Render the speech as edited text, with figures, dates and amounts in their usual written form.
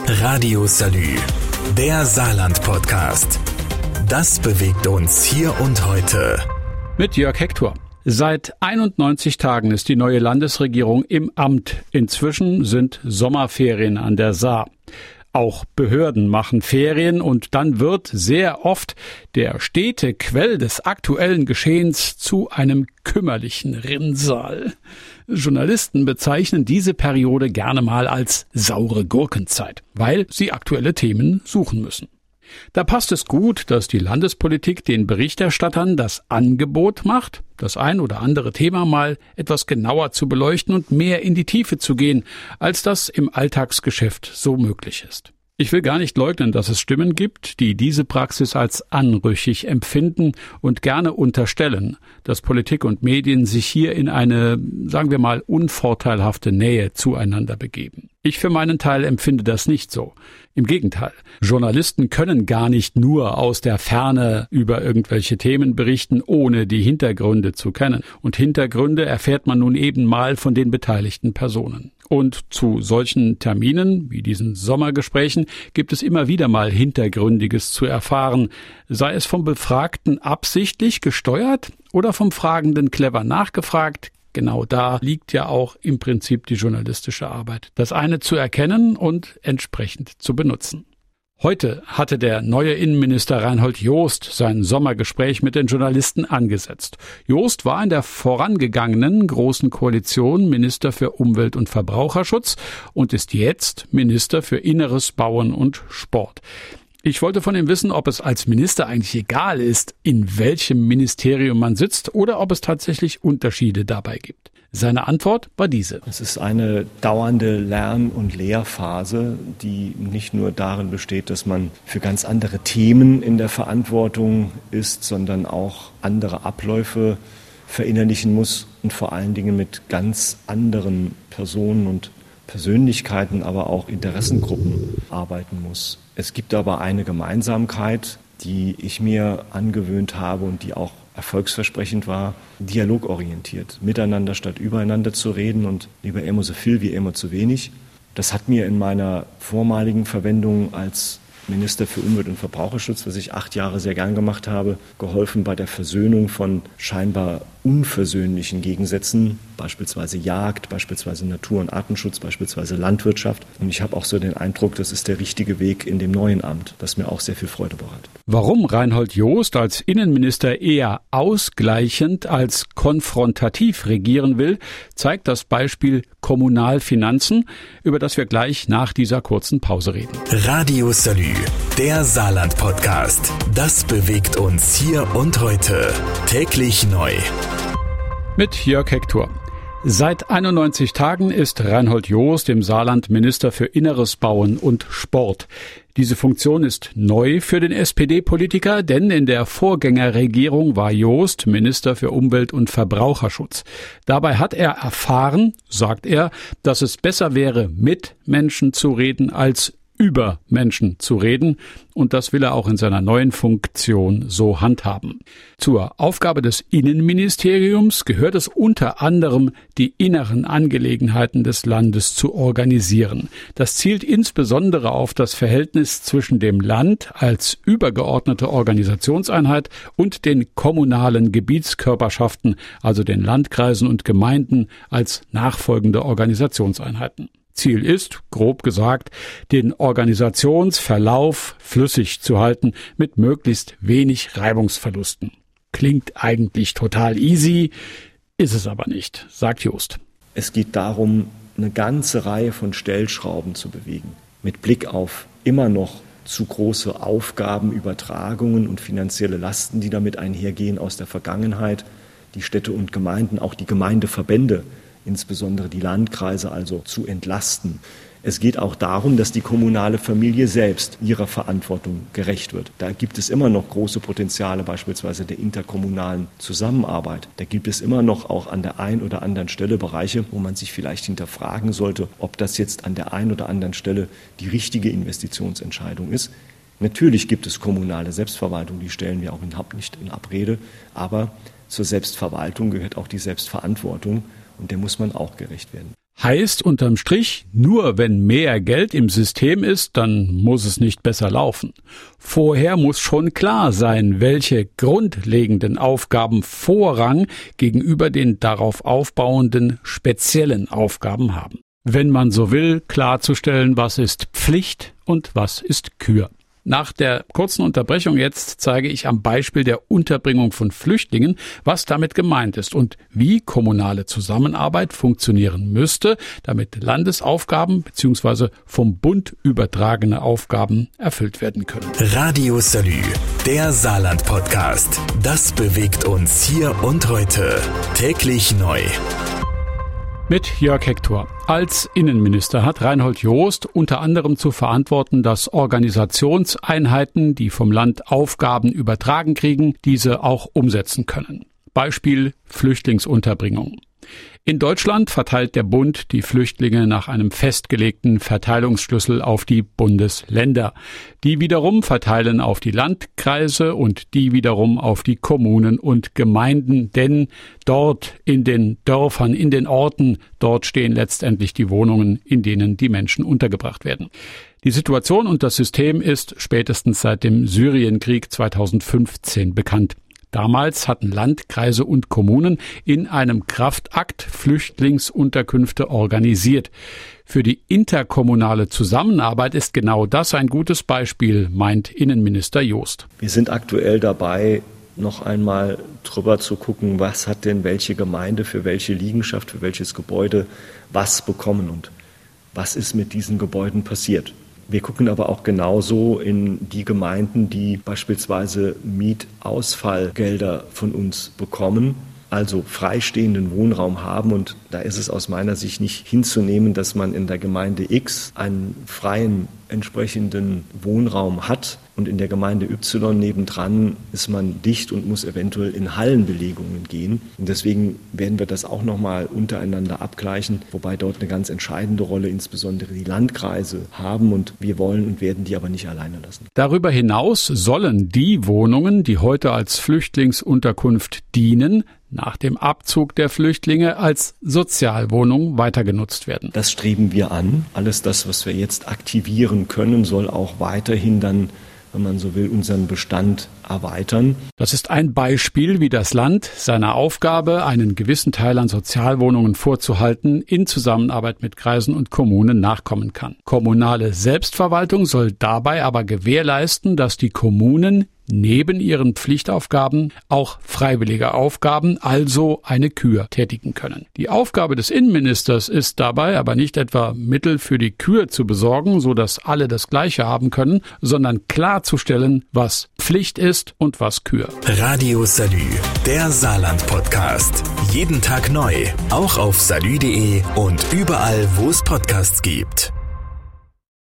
Radio Salü, der Saarland-Podcast. Das bewegt uns hier und heute. Mit Jörg Hector. Seit 91 Tagen ist die neue Landesregierung im Amt. Inzwischen sind Sommerferien an der Saar. Auch Behörden machen Ferien und dann wird sehr oft der stete Quell des aktuellen Geschehens zu einem kümmerlichen Rinnsal. Journalisten bezeichnen diese Periode gerne mal als saure Gurkenzeit, weil sie aktuelle Themen suchen müssen. Da passt es gut, dass die Landespolitik den Berichterstattern das Angebot macht, das ein oder andere Thema mal etwas genauer zu beleuchten und mehr in die Tiefe zu gehen, als das im Alltagsgeschäft so möglich ist. Ich will gar nicht leugnen, dass es Stimmen gibt, die diese Praxis als anrüchig empfinden und gerne unterstellen, dass Politik und Medien sich hier in eine, sagen wir mal, unvorteilhafte Nähe zueinander begeben. Ich für meinen Teil empfinde das nicht so. Im Gegenteil, Journalisten können gar nicht nur aus der Ferne über irgendwelche Themen berichten, ohne die Hintergründe zu kennen. Und Hintergründe erfährt man nun eben mal von den beteiligten Personen. Und zu solchen Terminen, wie diesen Sommergesprächen, gibt es immer wieder mal Hintergründiges zu erfahren, sei es vom Befragten absichtlich gesteuert oder vom Fragenden clever nachgefragt. Genau da liegt ja auch im Prinzip die journalistische Arbeit, das eine zu erkennen und entsprechend zu benutzen. Heute hatte der neue Innenminister Reinhold Jost sein Sommergespräch mit den Journalisten angesetzt. Jost war in der vorangegangenen Großen Koalition Minister für Umwelt und Verbraucherschutz und ist jetzt Minister für Inneres, Bauen und Sport. Ich wollte von ihm wissen, ob es als Minister eigentlich egal ist, in welchem Ministerium man sitzt oder ob es tatsächlich Unterschiede dabei gibt. Seine Antwort war diese. Es ist eine dauernde Lern- und Lehrphase, die nicht nur darin besteht, dass man für ganz andere Themen in der Verantwortung ist, sondern auch andere Abläufe verinnerlichen muss und vor allen Dingen mit ganz anderen Personen und Persönlichkeiten, aber auch Interessengruppen arbeiten muss. Es gibt aber eine Gemeinsamkeit, die ich mir angewöhnt habe und die auch erfolgsversprechend war, dialogorientiert, miteinander statt übereinander zu reden und lieber immer so viel wie immer zu wenig. Das hat mir in meiner vormaligen Verwendung als Minister für Umwelt und Verbraucherschutz, was ich 8 Jahre sehr gern gemacht habe, geholfen bei der Versöhnung von scheinbar unversöhnlichen Gegensätzen, beispielsweise Jagd, beispielsweise Natur- und Artenschutz, beispielsweise Landwirtschaft. Und ich habe auch so den Eindruck, das ist der richtige Weg in dem neuen Amt, das mir auch sehr viel Freude bereitet. Warum Reinhold Jost als Innenminister eher ausgleichend als konfrontativ regieren will, zeigt das Beispiel Kommunalfinanzen, über das wir gleich nach dieser kurzen Pause reden. Radio Salü, der Saarland-Podcast. Das bewegt uns hier und heute. Täglich neu. Mit Jörg Hector. Seit 91 Tagen ist Reinhold Jost im Saarland Minister für Inneres, Bauen und Sport. Diese Funktion ist neu für den SPD-Politiker, denn in der Vorgängerregierung war Jost Minister für Umwelt und Verbraucherschutz. Dabei hat er erfahren, sagt er, dass es besser wäre, mit Menschen zu reden als über Menschen zu reden, und das will er auch in seiner neuen Funktion so handhaben. Zur Aufgabe des Innenministeriums gehört es unter anderem, die inneren Angelegenheiten des Landes zu organisieren. Das zielt insbesondere auf das Verhältnis zwischen dem Land als übergeordnete Organisationseinheit und den kommunalen Gebietskörperschaften, also den Landkreisen und Gemeinden als nachfolgende Organisationseinheiten. Ziel ist, grob gesagt, den Organisationsverlauf flüssig zu halten mit möglichst wenig Reibungsverlusten. Klingt eigentlich total easy, ist es aber nicht, sagt Jost. Es geht darum, eine ganze Reihe von Stellschrauben zu bewegen, mit Blick auf immer noch zu große Aufgabenübertragungen und finanzielle Lasten, die damit einhergehen aus der Vergangenheit, die Städte und Gemeinden, auch die Gemeindeverbände, insbesondere die Landkreise also zu entlasten. Es geht auch darum, dass die kommunale Familie selbst ihrer Verantwortung gerecht wird. Da gibt es immer noch große Potenziale, beispielsweise der interkommunalen Zusammenarbeit. Da gibt es immer noch auch an der einen oder anderen Stelle Bereiche, wo man sich vielleicht hinterfragen sollte, ob das jetzt an der einen oder anderen Stelle die richtige Investitionsentscheidung ist. Natürlich gibt es kommunale Selbstverwaltung, die stellen wir auch nicht in Abrede, aber zur Selbstverwaltung gehört auch die Selbstverantwortung. Und der muss man auch gerecht werden. Heißt unterm Strich, nur wenn mehr Geld im System ist, dann muss es nicht besser laufen. Vorher muss schon klar sein, welche grundlegenden Aufgaben Vorrang gegenüber den darauf aufbauenden speziellen Aufgaben haben. Wenn man so will, klarzustellen, was ist Pflicht und was ist Kür. Nach der kurzen Unterbrechung jetzt zeige ich am Beispiel der Unterbringung von Flüchtlingen, was damit gemeint ist und wie kommunale Zusammenarbeit funktionieren müsste, damit Landesaufgaben bzw. vom Bund übertragene Aufgaben erfüllt werden können. Radio Salü, der Saarland-Podcast. Das bewegt uns hier und heute. Täglich neu. Mit Jörg Hector. Als Innenminister hat Reinhold Jost unter anderem zu verantworten, dass Organisationseinheiten, die vom Land Aufgaben übertragen kriegen, diese auch umsetzen können. Beispiel Flüchtlingsunterbringung. In Deutschland verteilt der Bund die Flüchtlinge nach einem festgelegten Verteilungsschlüssel auf die Bundesländer. Die wiederum verteilen auf die Landkreise und die wiederum auf die Kommunen und Gemeinden, denn dort in den Dörfern, in den Orten, dort stehen letztendlich die Wohnungen, in denen die Menschen untergebracht werden. Die Situation und das System ist spätestens seit dem Syrienkrieg 2015 bekannt. Damals hatten Landkreise und Kommunen in einem Kraftakt Flüchtlingsunterkünfte organisiert. Für die interkommunale Zusammenarbeit ist genau das ein gutes Beispiel, meint Innenminister Jost. Wir sind aktuell dabei, noch einmal drüber zu gucken, was hat denn welche Gemeinde für welche Liegenschaft, für welches Gebäude was bekommen und was ist mit diesen Gebäuden passiert. Wir gucken aber auch genauso in die Gemeinden, die beispielsweise Mietausfallgelder von uns bekommen, also freistehenden Wohnraum haben. Und da ist es aus meiner Sicht nicht hinzunehmen, dass man in der Gemeinde X einen freien entsprechenden Wohnraum hat und in der Gemeinde Y nebendran ist man dicht und muss eventuell in Hallenbelegungen gehen. Und deswegen werden wir das auch nochmal untereinander abgleichen, wobei dort eine ganz entscheidende Rolle insbesondere die Landkreise haben und wir wollen und werden die aber nicht alleine lassen. Darüber hinaus sollen die Wohnungen, die heute als Flüchtlingsunterkunft dienen, nach dem Abzug der Flüchtlinge als Sozialwohnung weitergenutzt werden. Das streben wir an. Alles das, was wir jetzt aktivieren können, soll auch weiterhin dann, wenn man so will, unseren Bestand erweitern. Das ist ein Beispiel, wie das Land seiner Aufgabe, einen gewissen Teil an Sozialwohnungen vorzuhalten, in Zusammenarbeit mit Kreisen und Kommunen nachkommen kann. Kommunale Selbstverwaltung soll dabei aber gewährleisten, dass die Kommunen neben ihren Pflichtaufgaben auch freiwillige Aufgaben, also eine Kür, tätigen können. Die Aufgabe des Innenministers ist dabei aber nicht etwa Mittel für die Kür zu besorgen, so dass alle das Gleiche haben können, sondern klarzustellen, was Pflicht ist und was Kür. Radio Salü, der Saarland-Podcast. Jeden Tag neu, auch auf salü.de und überall, wo es Podcasts gibt.